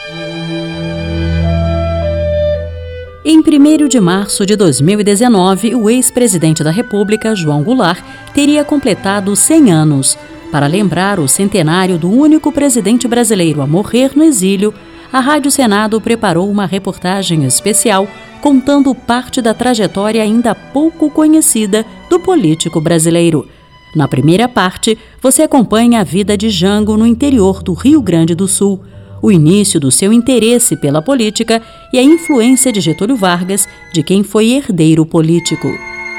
Em 1º de março de 2019, o ex-presidente da República, João Goulart, teria completado 100 anos. Para lembrar o centenário do único presidente brasileiro a morrer no exílio, a Rádio Senado preparou uma reportagem especial contando parte da trajetória ainda pouco conhecida do político brasileiro. Na primeira parte, você acompanha a vida de Jango no interior do Rio Grande do Sul, o início do seu interesse pela política e a influência de Getúlio Vargas, de quem foi herdeiro político.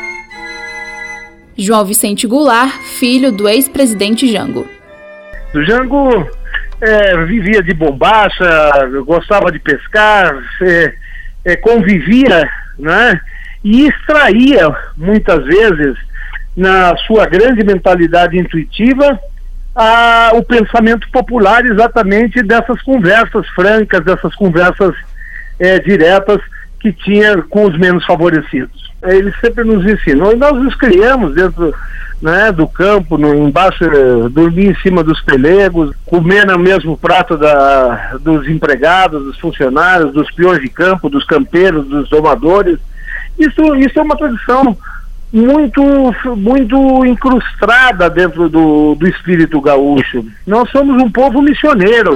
João Vicente Goulart, filho do ex-presidente Jango. O Jango vivia de bombacha, gostava de pescar, convivia, né, e extraía, muitas vezes, na sua grande mentalidade intuitiva, o pensamento popular exatamente dessas conversas francas, dessas conversas diretas que tinha com os menos favorecidos. Ele sempre nos ensinou, e nós nos criamos dentro, né, do campo, embaixo, dormir em cima dos pelegos, comer no mesmo prato dos empregados, dos funcionários, dos peões de campo, dos campeiros, dos domadores. Isso é uma tradição muito incrustada dentro do espírito gaúcho. Nós somos um povo missioneiro.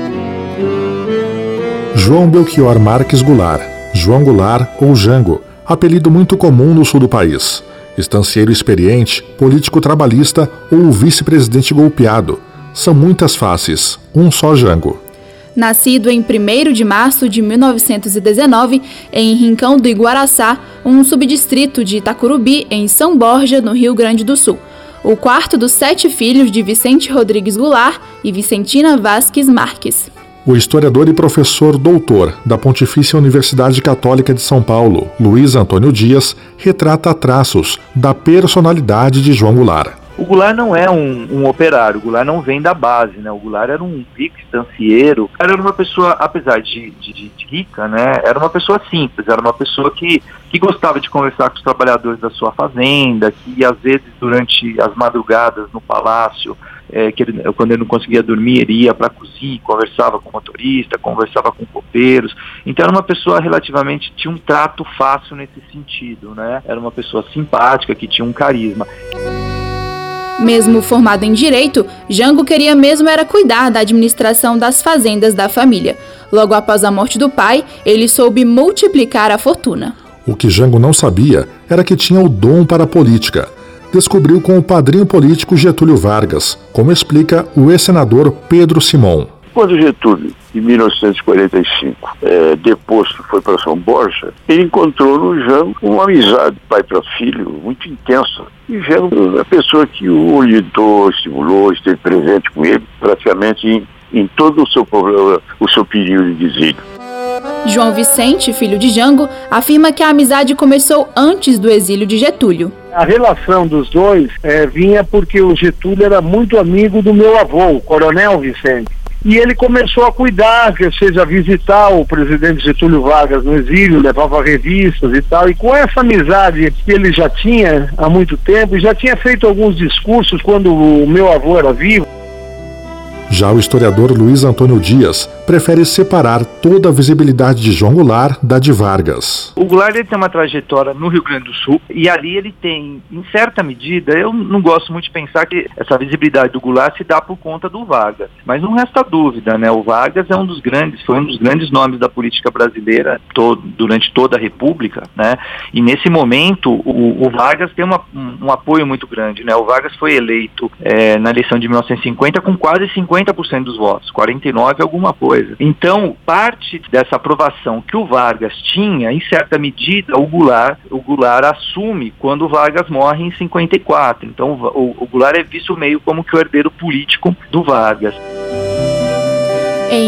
João Belchior Marques Goulart, João Goulart ou Jango, apelido muito comum no sul do país. Estancieiro experiente, político trabalhista ou vice-presidente golpeado. São muitas faces, um só Jango. Nascido em 1º de março de 1919, em Rincão do Iguaraçá, um subdistrito de Itacurubi, em São Borja, no Rio Grande do Sul. O quarto dos 7 filhos de Vicente Rodrigues Goulart e Vicentina Vasques Marques. O historiador e professor doutor da Pontifícia Universidade Católica de São Paulo, Luiz Antônio Dias, retrata traços da personalidade de João Goulart. O Goulart não é um operário, o Goulart não vem da base, né? O Goulart era um rico estancieiro, era uma pessoa, apesar de rica, né? Era uma pessoa simples, era uma pessoa que gostava de conversar com os trabalhadores da sua fazenda, que às vezes durante as madrugadas no palácio, quando ele não conseguia dormir, ele ia para a cozinha, conversava com o motorista, conversava com copeiros. Então era uma pessoa relativamente, tinha um trato fácil nesse sentido, né? Era uma pessoa simpática, que tinha um carisma. Mesmo formado em Direito, Jango queria mesmo era cuidar da administração das fazendas da família. Logo após a morte do pai, ele soube multiplicar a fortuna. O que Jango não sabia era que tinha o dom para a política. Descobriu com o padrinho político Getúlio Vargas, como explica o ex-senador Pedro Simão. Quando Getúlio, em 1945, deposto, foi para São Borja, ele encontrou no Jango uma amizade pai para filho muito intensa. E Jango é a pessoa que o orientou, estimulou, esteve presente com ele praticamente em todo o seu período de exílio. João Vicente, filho de Jango, afirma que a amizade começou antes do exílio de Getúlio. A relação dos dois vinha porque o Getúlio era muito amigo do meu avô, o Coronel Vicente. E ele começou a cuidar, ou seja, visitar o presidente Getúlio Vargas no exílio, levava revistas e tal. E com essa amizade que ele já tinha há muito tempo, já tinha feito alguns discursos quando o meu avô era vivo. Já o historiador Luiz Antônio Dias prefere separar toda a visibilidade de João Goulart da de Vargas. O Goulart ele tem uma trajetória no Rio Grande do Sul e ali ele tem, em certa medida, eu não gosto muito de pensar que essa visibilidade do Goulart se dá por conta do Vargas, mas não resta dúvida, né? O Vargas foi um dos grandes nomes da política brasileira durante toda a República, né? E nesse momento o Vargas tem um apoio muito grande, né? O Vargas foi eleito na eleição de 1950 com quase 50% dos votos, 49 alguma coisa. Então, parte dessa aprovação que o Vargas tinha, em certa medida, o Goulart assume quando o Vargas morre em 54. Então, o Goulart é visto meio como que o herdeiro político do Vargas. Em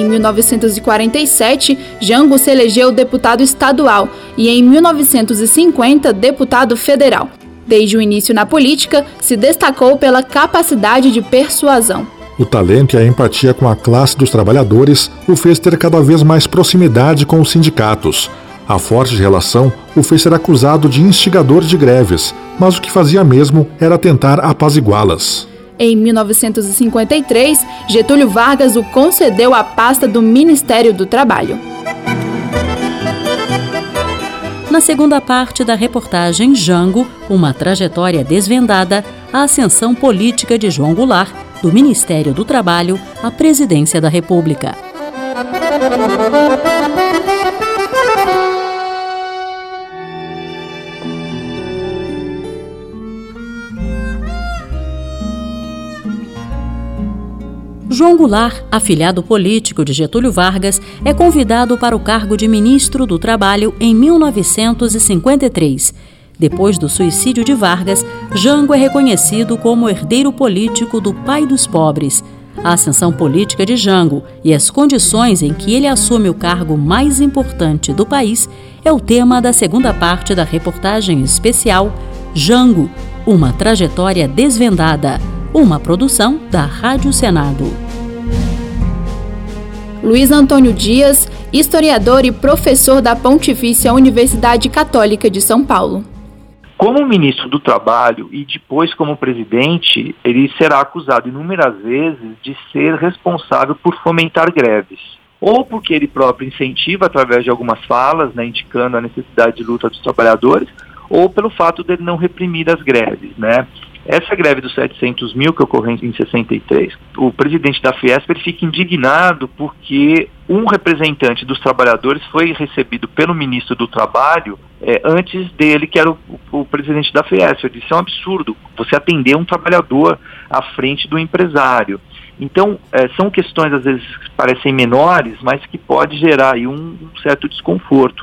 1947, Jango se elegeu deputado estadual e em 1950, deputado federal. Desde o início na política, se destacou pela capacidade de persuasão. O talento e a empatia com a classe dos trabalhadores o fez ter cada vez mais proximidade com os sindicatos. A forte relação o fez ser acusado de instigador de greves, mas o que fazia mesmo era tentar apaziguá-las. Em 1953, Getúlio Vargas o concedeu a pasta do Ministério do Trabalho. Na segunda parte da reportagem Jango, uma trajetória desvendada, a ascensão política de João Goulart, do Ministério do Trabalho à presidência da República. João Goulart, afilhado político de Getúlio Vargas, é convidado para o cargo de ministro do Trabalho em 1953. Depois do suicídio de Vargas, Jango é reconhecido como herdeiro político do pai dos pobres. A ascensão política de Jango e as condições em que ele assume o cargo mais importante do país é o tema da segunda parte da reportagem especial Jango, uma trajetória desvendada, uma produção da Rádio Senado. Luiz Antônio Dias, historiador e professor da Pontifícia Universidade Católica de São Paulo. Como ministro do Trabalho e depois como presidente, ele será acusado inúmeras vezes de ser responsável por fomentar greves. Ou porque ele próprio incentiva através de algumas falas, indicando a necessidade de luta dos trabalhadores, ou pelo fato dele não reprimir as greves, Essa greve dos 700 mil que ocorreu em 63, o presidente da Fiesp fica indignado porque um representante dos trabalhadores foi recebido pelo ministro do Trabalho antes dele, que era o presidente da Fiesp. Ele disse: é um absurdo você atender um trabalhador à frente do empresário. Então, são questões às vezes que parecem menores, mas que pode gerar aí um certo desconforto,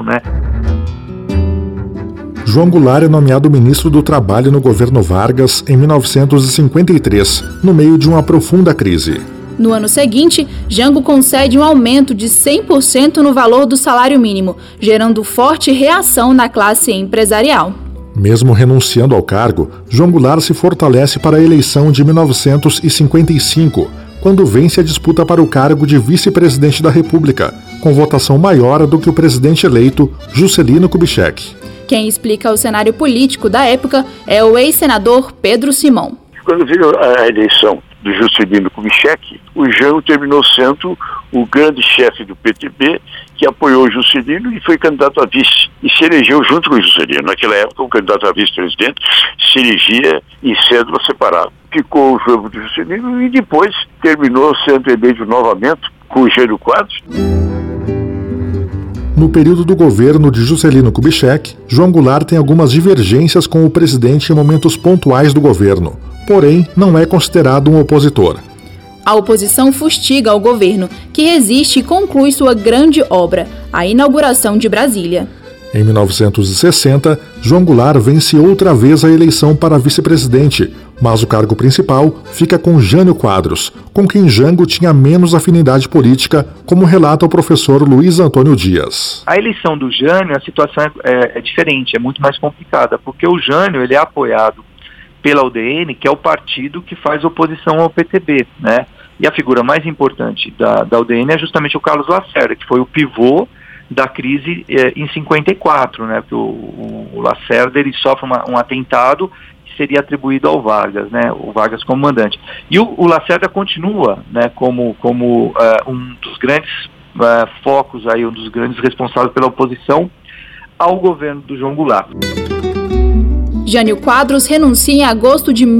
João Goulart é nomeado ministro do Trabalho no governo Vargas em 1953, no meio de uma profunda crise. No ano seguinte, Jango concede um aumento de 100% no valor do salário mínimo, gerando forte reação na classe empresarial. Mesmo renunciando ao cargo, João Goulart se fortalece para a eleição de 1955, quando vence a disputa para o cargo de vice-presidente da República, com votação maior do que o presidente eleito, Juscelino Kubitschek. Quem explica o cenário político da época é o ex-senador Pedro Simão. Quando veio a eleição do Juscelino Kubitschek, o Jango terminou sendo o grande chefe do PTB, que apoiou o Juscelino e foi candidato a vice. E se elegeu junto com o Juscelino. Naquela época, o candidato a vice-presidente se elegia em cédula separada. Ficou o jogo do Juscelino e depois terminou sendo eleito novamente com o Jânio Quadros. No período do governo de Juscelino Kubitschek, João Goulart tem algumas divergências com o presidente em momentos pontuais do governo, porém não é considerado um opositor. A oposição fustiga o governo, que resiste e conclui sua grande obra, a inauguração de Brasília. Em 1960, João Goulart vence outra vez a eleição para vice-presidente, mas o cargo principal fica com Jânio Quadros, com quem Jango tinha menos afinidade política, como relata o professor Luiz Antônio Dias. A eleição do Jânio, a situação é diferente, é muito mais complicada, porque o Jânio ele é apoiado pela UDN, que é o partido que faz oposição ao PTB, E a figura mais importante da UDN é justamente o Carlos Lacerda, que foi o pivô da crise em 54, Porque o Lacerda ele sofre um atentado que seria atribuído ao Vargas, O Vargas como mandante. E o Lacerda continua, como um dos grandes focos aí, um dos grandes responsáveis pela oposição ao governo do João Goulart. Jânio Quadros renuncia em agosto de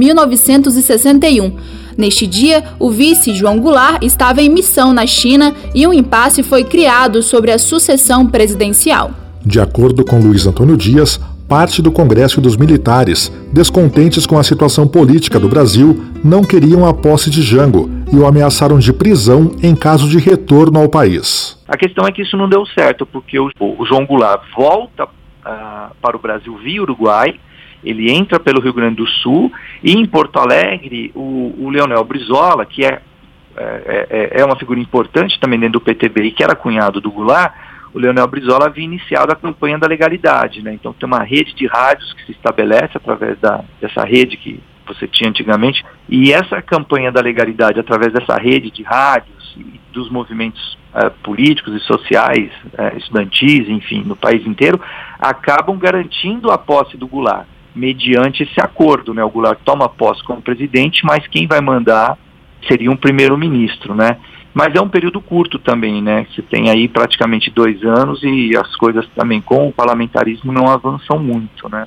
1961. Neste dia, o vice João Goulart estava em missão na China e um impasse foi criado sobre a sucessão presidencial. De acordo com Luiz Antônio Dias, parte do Congresso e dos militares, descontentes com a situação política do Brasil, não queriam a posse de Jango e o ameaçaram de prisão em caso de retorno ao país. A questão é que isso não deu certo, porque o João Goulart volta para o Brasil via Uruguai. Ele entra pelo Rio Grande do Sul e em Porto Alegre o Leonel Brizola, que é uma figura importante também dentro do PTB e que era cunhado do Goulart, o Leonel Brizola havia iniciado a campanha da legalidade, Então tem uma rede de rádios que se estabelece através dessa rede que você tinha antigamente, e essa campanha da legalidade através dessa rede de rádios e dos movimentos políticos e sociais, estudantis, enfim, no país inteiro, acabam garantindo a posse do Goulart. mediante esse acordo, né? O Goulart toma posse como presidente, mas quem vai mandar seria um primeiro-ministro, né? Mas é um período curto também, né? Você tem aí praticamente 2 anos e as coisas também com o parlamentarismo não avançam muito, né?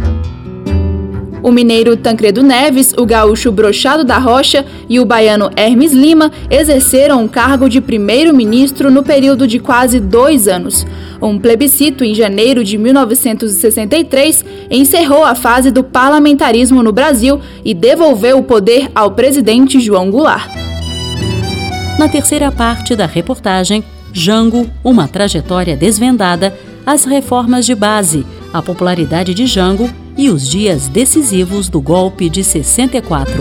O mineiro Tancredo Neves, o gaúcho Brochado da Rocha e o baiano Hermes Lima exerceram o cargo de primeiro-ministro no período de quase 2 anos. Um plebiscito em janeiro de 1963 encerrou a fase do parlamentarismo no Brasil e devolveu o poder ao presidente João Goulart. Na terceira parte da reportagem, Jango, uma trajetória desvendada, as reformas de base, a popularidade de Jango e os dias decisivos do golpe de 64.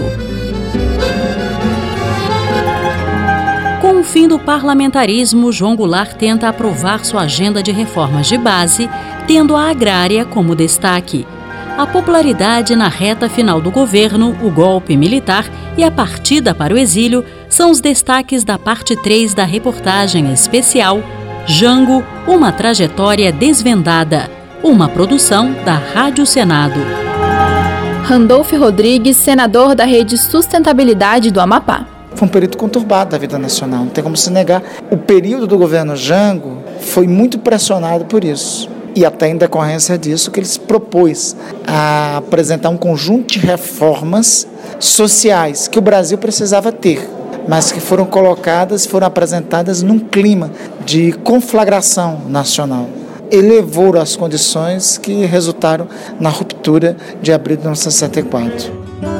Com o fim do parlamentarismo, João Goulart tenta aprovar sua agenda de reformas de base, tendo a agrária como destaque. A popularidade na reta final do governo, o golpe militar e a partida para o exílio são os destaques da parte 3 da reportagem especial Jango, uma trajetória desvendada, uma produção da Rádio Senado. Randolfo Rodrigues, senador da Rede Sustentabilidade do Amapá. Foi um período conturbado da vida nacional, não tem como se negar. O período do governo Jango foi muito pressionado por isso. E até em decorrência disso que ele se propôs a apresentar um conjunto de reformas sociais que o Brasil precisava ter, mas que foram colocadas, foram apresentadas num clima de conflagração nacional. Elevou as condições que resultaram na ruptura de abril de 1964.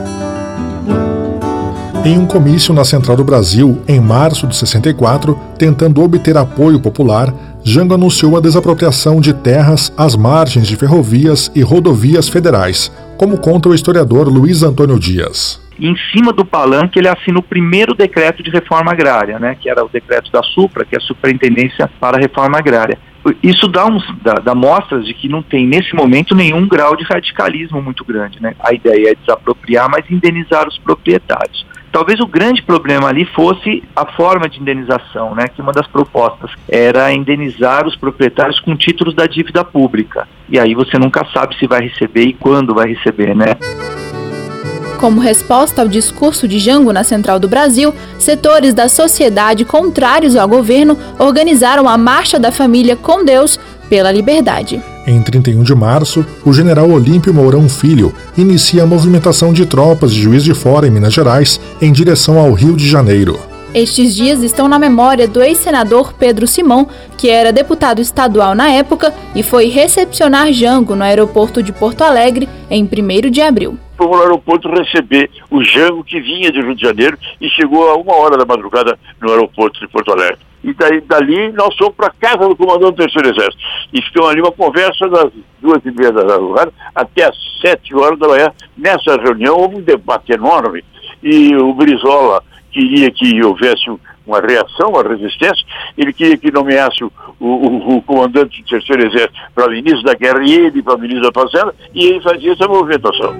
Em um comício na Central do Brasil, em março de 64, tentando obter apoio popular, Jango anunciou a desapropriação de terras às margens de ferrovias e rodovias federais, como conta o historiador Luiz Antônio Dias. Em cima do palanque, ele assina o primeiro decreto de reforma agrária, né, que era o decreto da SUPRA, que é a Superintendência para a Reforma Agrária. Isso dá mostras de que não tem, nesse momento, nenhum grau de radicalismo muito grande, né? A ideia é desapropriar, mas indenizar os proprietários. Talvez o grande problema ali fosse a forma de indenização, né? Que uma das propostas era indenizar os proprietários com títulos da dívida pública. E aí você nunca sabe se vai receber e quando vai receber, né? Como resposta ao discurso de Jango na Central do Brasil, setores da sociedade contrários ao governo organizaram a Marcha da Família com Deus pela Liberdade. Em 31 de março, o general Olímpio Mourão Filho inicia a movimentação de tropas de Juiz de Fora, em Minas Gerais, em direção ao Rio de Janeiro. Estes dias estão na memória do ex-senador Pedro Simão, que era deputado estadual na época e foi recepcionar Jango no aeroporto de Porto Alegre em 1º de abril. Fomos no aeroporto receber o Jango, que vinha de Rio de Janeiro e chegou a 1h da madrugada no aeroporto de Porto Alegre. E dali nós fomos para a casa do comandante do Terceiro Exército. E ficamos ali uma conversa das 2h30 da madrugada até as 7h da manhã. Nessa reunião houve um debate enorme e o Brizola queria que houvesse uma reação, uma resistência. Ele queria que nomeasse o comandante do Terceiro Exército para ministro da Guerra e ele para ministro da Fazenda, e ele fazia essa movimentação.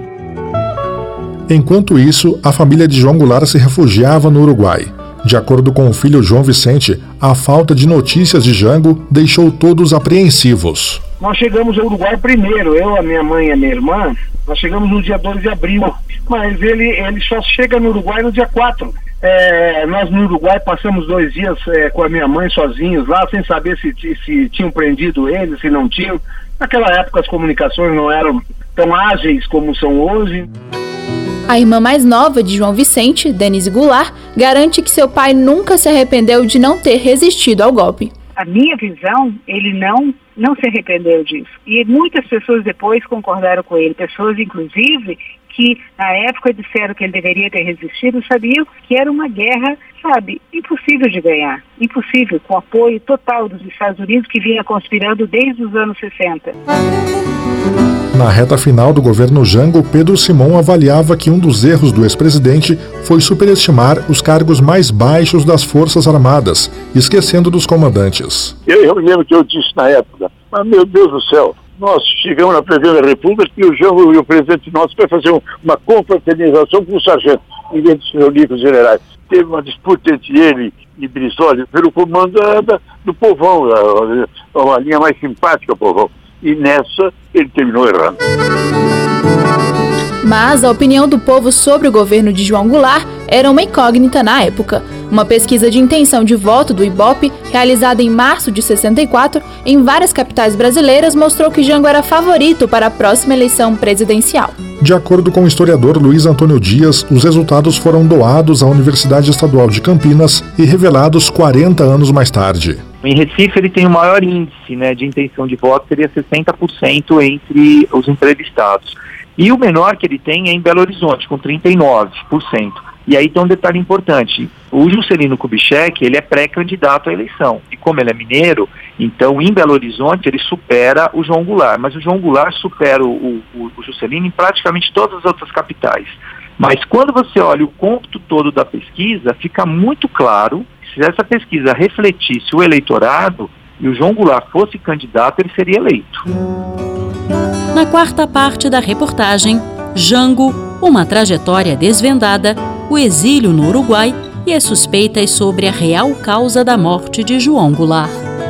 Enquanto isso, a família de João Goulart se refugiava no Uruguai. De acordo com o filho João Vicente, a falta de notícias de Jango deixou todos apreensivos. Nós chegamos ao Uruguai primeiro, eu, a minha mãe e a minha irmã, nós chegamos no dia 2 de abril, mas ele só chega no Uruguai no dia 4. Nós no Uruguai passamos 2 dias com a minha mãe sozinhos lá, sem saber se tinham prendido ele, se não tinham. Naquela época as comunicações não eram tão ágeis como são hoje. A irmã mais nova de João Vicente, Denise Goulart, garante que seu pai nunca se arrependeu de não ter resistido ao golpe. A minha visão, ele não se arrependeu disso. E muitas pessoas depois concordaram com ele, pessoas inclusive que na época disseram que ele deveria ter resistido, sabiam que era uma guerra, impossível de ganhar. Impossível, com apoio total dos Estados Unidos, que vinha conspirando desde os anos 60. Na reta final do governo Jango, Pedro Simão avaliava que um dos erros do ex-presidente foi superestimar os cargos mais baixos das Forças Armadas, esquecendo dos comandantes. Eu me lembro que eu disse na época, mas meu Deus do céu, nós chegamos na Presidência da República e o Jango e o presidente nosso para fazer uma confraternização com o sargento, em vez de se reunir com os generais. Teve uma disputa entre ele e Brizola pelo comando do povão, uma linha mais simpática ao povão. e nessa ele terminou errando. Mas a opinião do povo sobre o governo de João Goulart era uma incógnita na época. Uma pesquisa de intenção de voto do Ibope, realizada em março de 64, em várias capitais brasileiras, mostrou que Jango era favorito para a próxima eleição presidencial. De acordo com o historiador Luiz Antônio Dias, os resultados foram doados à Universidade Estadual de Campinas e revelados 40 anos mais tarde. Em Recife ele tem o maior índice, né, de intenção de voto, seria 60% entre os entrevistados. E o menor que ele tem é em Belo Horizonte, com 39%. E aí tem um detalhe importante, o Juscelino Kubitschek, ele é pré-candidato à eleição, e como ele é mineiro, então em Belo Horizonte ele supera o João Goulart, mas o João Goulart supera o Juscelino em praticamente todas as outras capitais. Mas quando você olha o cômputo todo da pesquisa, fica muito claro que se essa pesquisa refletisse o eleitorado e o João Goulart fosse candidato, ele seria eleito. Na quarta parte da reportagem, Jango, uma trajetória desvendada, o exílio no Uruguai e as suspeitas sobre a real causa da morte de João Goulart.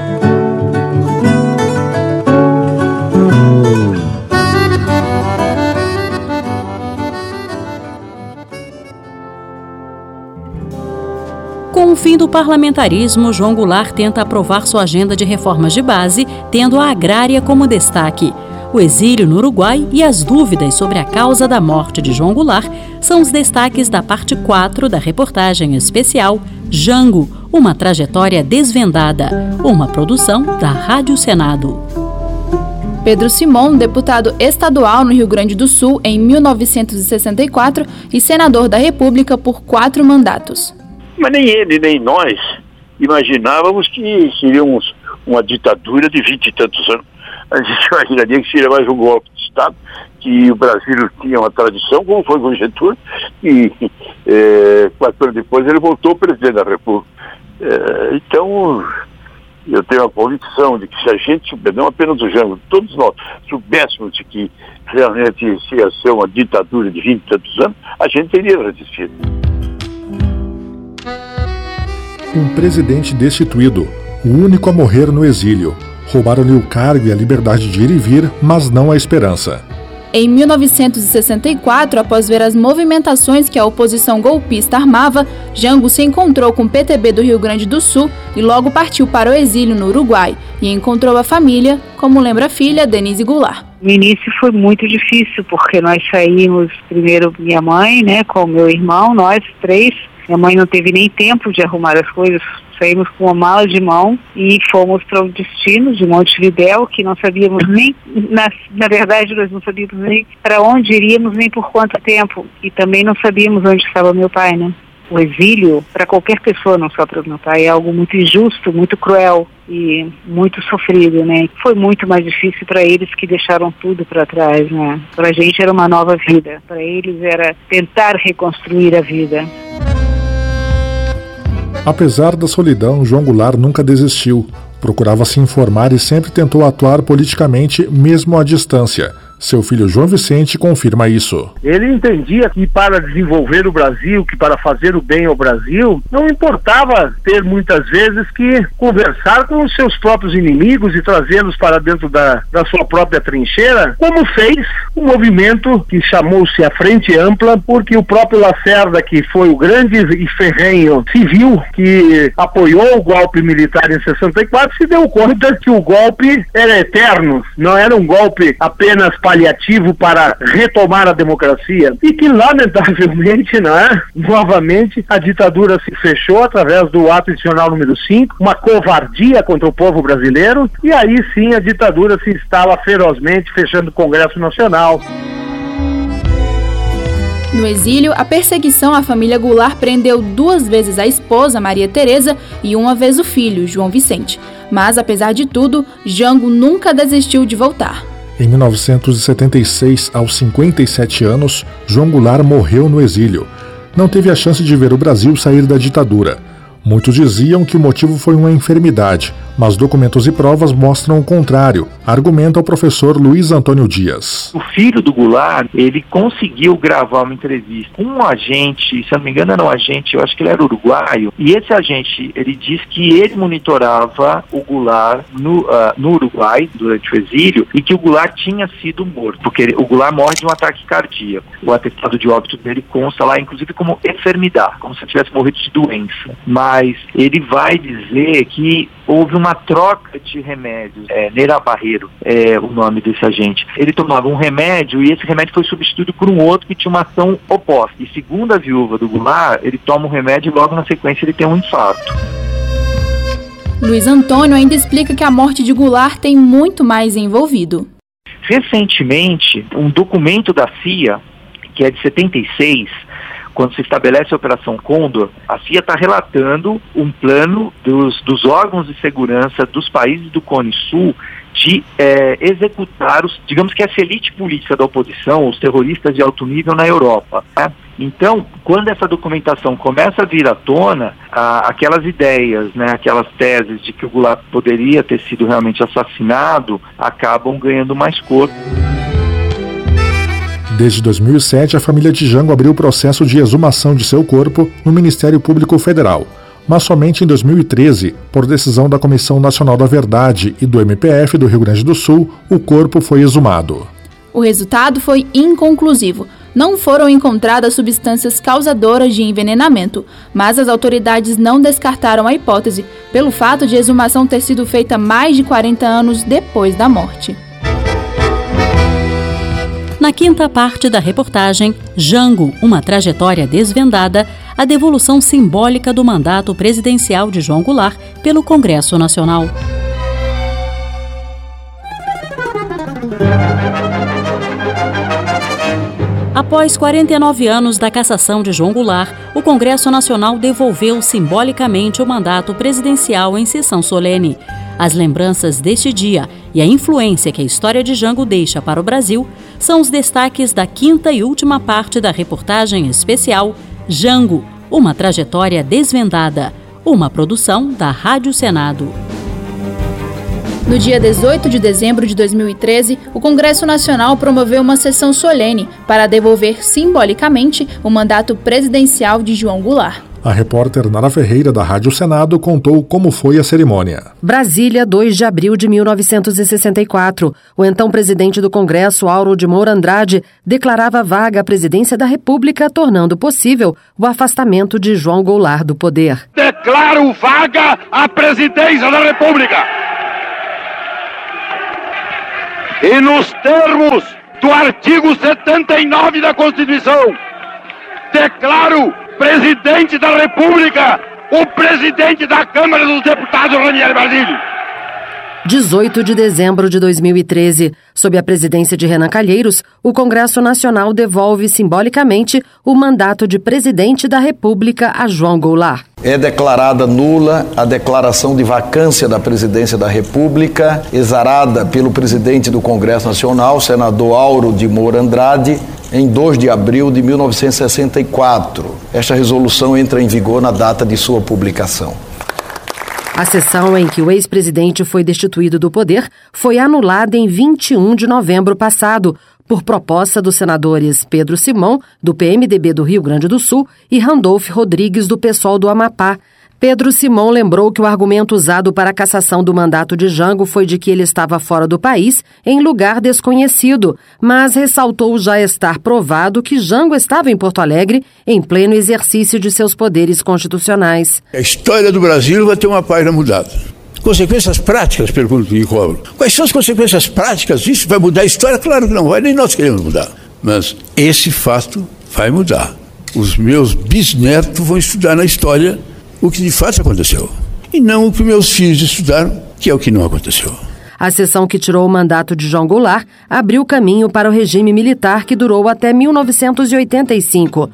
Com o fim do parlamentarismo, João Goulart tenta aprovar sua agenda de reformas de base, tendo a agrária como destaque. O exílio no Uruguai e as dúvidas sobre a causa da morte de João Goulart são os destaques da parte 4 da reportagem especial Jango, uma trajetória desvendada, uma produção da Rádio Senado. Pedro Simon, deputado estadual no Rio Grande do Sul em 1964 e senador da República por 4 mandatos. Mas nem ele, nem nós imaginávamos que seríamos uma ditadura de 20 e tantos anos. A gente imaginaria que seria mais um golpe de Estado, que o Brasil tinha uma tradição, como foi com Getúlio, e 4 anos depois ele voltou presidente da República. Então, eu tenho a convicção de que se a gente, não apenas o Jango, todos nós soubéssemos de que realmente ia ser uma ditadura de 20 e tantos anos, a gente teria resistido. Um presidente destituído, o único a morrer no exílio. Roubaram-lhe o cargo e a liberdade de ir e vir, mas não a esperança. Em 1964, após ver as movimentações que a oposição golpista armava, Jango se encontrou com o PTB do Rio Grande do Sul e logo partiu para o exílio no Uruguai e encontrou a família, como lembra a filha, Denise Goulart. No início foi muito difícil, porque nós saímos, primeiro minha mãe, né, com o meu irmão, nós 3. Minha mãe não teve nem tempo de arrumar as coisas, saímos com uma mala de mão e fomos para o destino de Montevidéu, que não sabíamos nem, na verdade nós não sabíamos nem para onde iríamos, nem por quanto tempo, e também não sabíamos onde estava meu pai, né? O exílio, para qualquer pessoa, não só para o meu pai, é algo muito injusto, muito cruel e muito sofrido, né? Foi muito mais difícil para eles, que deixaram tudo para trás, né? Para a gente era uma nova vida, para eles era tentar reconstruir a vida. Apesar da solidão, João Goulart nunca desistiu. Procurava se informar e sempre tentou atuar politicamente, mesmo à distância. Seu filho João Vicente confirma isso. Ele entendia que para desenvolver o Brasil, que para fazer o bem ao Brasil, não importava ter muitas vezes que conversar com os seus próprios inimigos e trazê-los para dentro da sua própria trincheira, como fez um movimento que chamou-se a Frente Ampla, porque o próprio Lacerda, que foi o grande e ferrenho civil que apoiou o golpe militar em 64, se deu conta que o golpe era eterno, não era um golpe apenas paliativo para retomar a democracia, e que lamentavelmente, novamente a ditadura se fechou através do ato adicional número 5, uma covardia contra o povo brasileiro, e aí sim a ditadura se instala ferozmente, fechando o Congresso Nacional. No exílio, a perseguição à família Goulart prendeu 2 vezes a esposa, Maria Tereza, e 1 vez o filho, João Vicente. Mas, apesar de tudo, Jango nunca desistiu de voltar. Em 1976, aos 57 anos, João Goulart morreu no exílio. Não teve a chance de ver o Brasil sair da ditadura. Muitos diziam que o motivo foi uma enfermidade, mas documentos e provas mostram o contrário, argumenta o professor Luiz Antônio Dias. O filho do Goulart, ele conseguiu gravar uma entrevista com um agente, se eu não me engano era um agente, eu acho que ele era uruguaio, e esse agente, ele diz que ele monitorava o Goulart no Uruguai, durante o exílio, e que o Goulart tinha sido morto, porque o Goulart morre de um ataque cardíaco. O atestado de óbito dele consta lá, inclusive, como enfermidade, como se tivesse morrido de doença. Mas ele vai dizer que houve uma troca de remédios. Neira Barreiro é o nome desse agente. Ele tomava um remédio e esse remédio foi substituído por um outro que tinha uma ação oposta. E segundo a viúva do Goulart, ele toma um remédio e logo na sequência ele tem um infarto. Luiz Antônio ainda explica que a morte de Goulart tem muito mais envolvido. Recentemente, um documento da CIA, que é de 76, quando se estabelece a Operação Condor, a CIA está relatando um plano dos órgãos de segurança dos países do Cone Sul de executar, digamos que essa elite política da oposição, os terroristas de alto nível na Europa. Né? Então, quando essa documentação começa a vir à tona, aquelas ideias, né, aquelas teses de que o Goulart poderia ter sido realmente assassinado, acabam ganhando mais corpo. Desde 2007, a família de Jango abriu o processo de exumação de seu corpo no Ministério Público Federal, mas somente em 2013, por decisão da Comissão Nacional da Verdade e do MPF do Rio Grande do Sul, o corpo foi exumado. O resultado foi inconclusivo. Não foram encontradas substâncias causadoras de envenenamento, mas as autoridades não descartaram a hipótese, pelo fato de a exumação ter sido feita mais de 40 anos depois da morte. Na quinta parte da reportagem, Jango, uma trajetória desvendada, a devolução simbólica do mandato presidencial de João Goulart pelo Congresso Nacional. Após 49 anos da cassação de João Goulart, o Congresso Nacional devolveu simbolicamente o mandato presidencial em sessão solene. As lembranças deste dia e a influência que a história de Jango deixa para o Brasil são os destaques da quinta e última parte da reportagem especial Jango, uma trajetória desvendada, uma produção da Rádio Senado. No dia 18 de dezembro de 2013, o Congresso Nacional promoveu uma sessão solene para devolver simbolicamente o mandato presidencial de João Goulart. A repórter Nara Ferreira, da Rádio Senado, contou como foi a cerimônia. Brasília, 2 de abril de 1964. O então presidente do Congresso, Auro de Moura Andrade, declarava vaga a presidência da República, tornando possível o afastamento de João Goulart do poder. Declaro vaga a presidência da República. E nos termos do artigo 79 da Constituição, declaro presidente da República o presidente da Câmara dos Deputados, Ranieri Basílio. 18 de dezembro de 2013, sob a presidência de Renan Calheiros, o Congresso Nacional devolve simbolicamente o mandato de presidente da República a João Goulart. É declarada nula a declaração de vacância da presidência da República, exarada pelo presidente do Congresso Nacional, senador Auro de Moura Andrade, em 2 de abril de 1964. Esta resolução entra em vigor na data de sua publicação. A sessão em que o ex-presidente foi destituído do poder foi anulada em 21 de novembro passado, por proposta dos senadores Pedro Simão, do PMDB do Rio Grande do Sul, e Randolfo Rodrigues, do PSOL do Amapá. Pedro Simão lembrou que o argumento usado para a cassação do mandato de Jango foi de que ele estava fora do país, em lugar desconhecido, mas ressaltou já estar provado que Jango estava em Porto Alegre, em pleno exercício de seus poderes constitucionais. A história do Brasil vai ter uma página mudada. Consequências práticas, pergunto de Cobro. Quais são as consequências práticas? Isso vai mudar a história? Claro que não vai, nem nós queremos mudar. Mas esse fato vai mudar. Os meus bisnetos vão estudar na história o que de fato aconteceu, e não o que meus filhos estudaram, que é o que não aconteceu. A sessão que tirou o mandato de João Goulart abriu caminho para o regime militar que durou até 1985.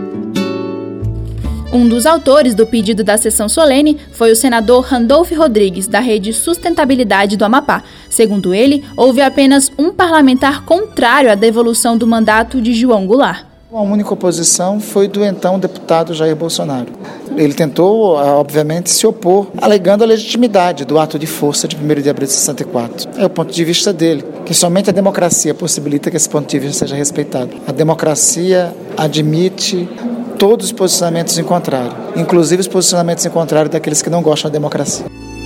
Um dos autores do pedido da sessão solene foi o senador Randolfo Rodrigues, da Rede Sustentabilidade do Amapá. Segundo ele, houve apenas um parlamentar contrário à devolução do mandato de João Goulart. A única oposição foi do então deputado Jair Bolsonaro. Ele tentou, obviamente, se opor, alegando a legitimidade do ato de força de 1º de abril de 64. É o ponto de vista dele, que somente a democracia possibilita que esse ponto de vista seja respeitado. A democracia admite todos os posicionamentos em contrário, inclusive os posicionamentos em contrário daqueles que não gostam da democracia.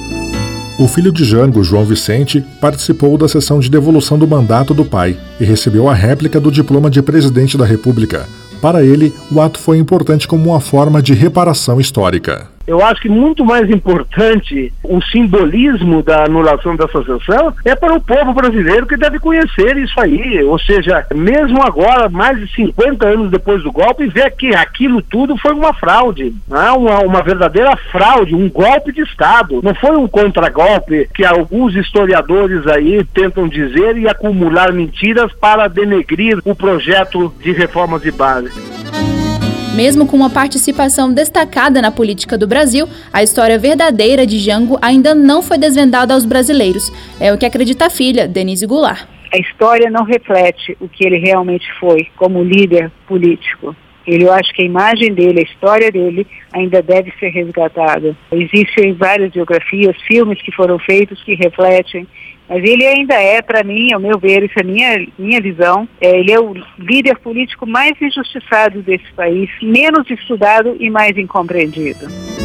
O filho de Jango, João Vicente, participou da sessão de devolução do mandato do pai e recebeu a réplica do diploma de presidente da República. Para ele, o ato foi importante como uma forma de reparação histórica. Eu acho que muito mais importante o simbolismo da anulação dessa sessão é para o povo brasileiro, que deve conhecer isso aí. Ou seja, mesmo agora, mais de 50 anos depois do golpe, ver que aquilo tudo foi uma fraude, né? uma verdadeira fraude, um golpe de Estado. Não foi um contragolpe que alguns historiadores aí tentam dizer e acumular mentiras para denegrir o projeto de reformas de base. Mesmo com uma participação destacada na política do Brasil, a história verdadeira de Jango ainda não foi desvendada aos brasileiros. É o que acredita a filha, Denise Goulart. A história não reflete o que ele realmente foi como líder político. Eu acho que a imagem dele, a história dele, ainda deve ser resgatada. Existem várias biografias, filmes que foram feitos que refletem, mas ele ainda é, para mim, ao meu ver, essa é minha visão, ele é o líder político mais injustiçado desse país, menos estudado e mais incompreendido.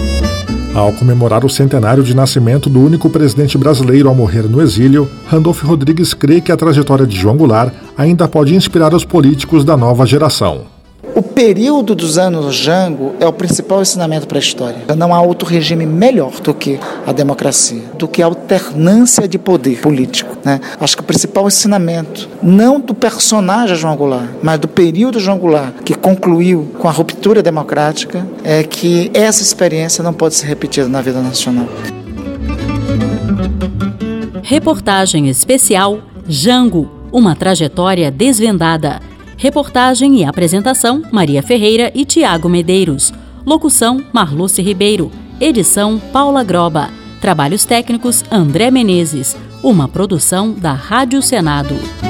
Ao comemorar o centenário de nascimento do único presidente brasileiro a morrer no exílio, Randolph Rodrigues crê que a trajetória de João Goulart ainda pode inspirar os políticos da nova geração. O período dos anos Jango é o principal ensinamento para a história. Não há outro regime melhor do que a democracia, do que a alternância de poder político, né? Acho que o principal ensinamento, não do personagem João Goulart, mas do período João Goulart, que concluiu com a ruptura democrática, é que essa experiência não pode ser repetida na vida nacional. Reportagem especial Jango, uma trajetória desvendada. Reportagem e apresentação, Maria Ferreira e Tiago Medeiros. Locução, Marluce Ribeiro. Edição, Paula Groba. Trabalhos técnicos, André Menezes. Uma produção da Rádio Senado.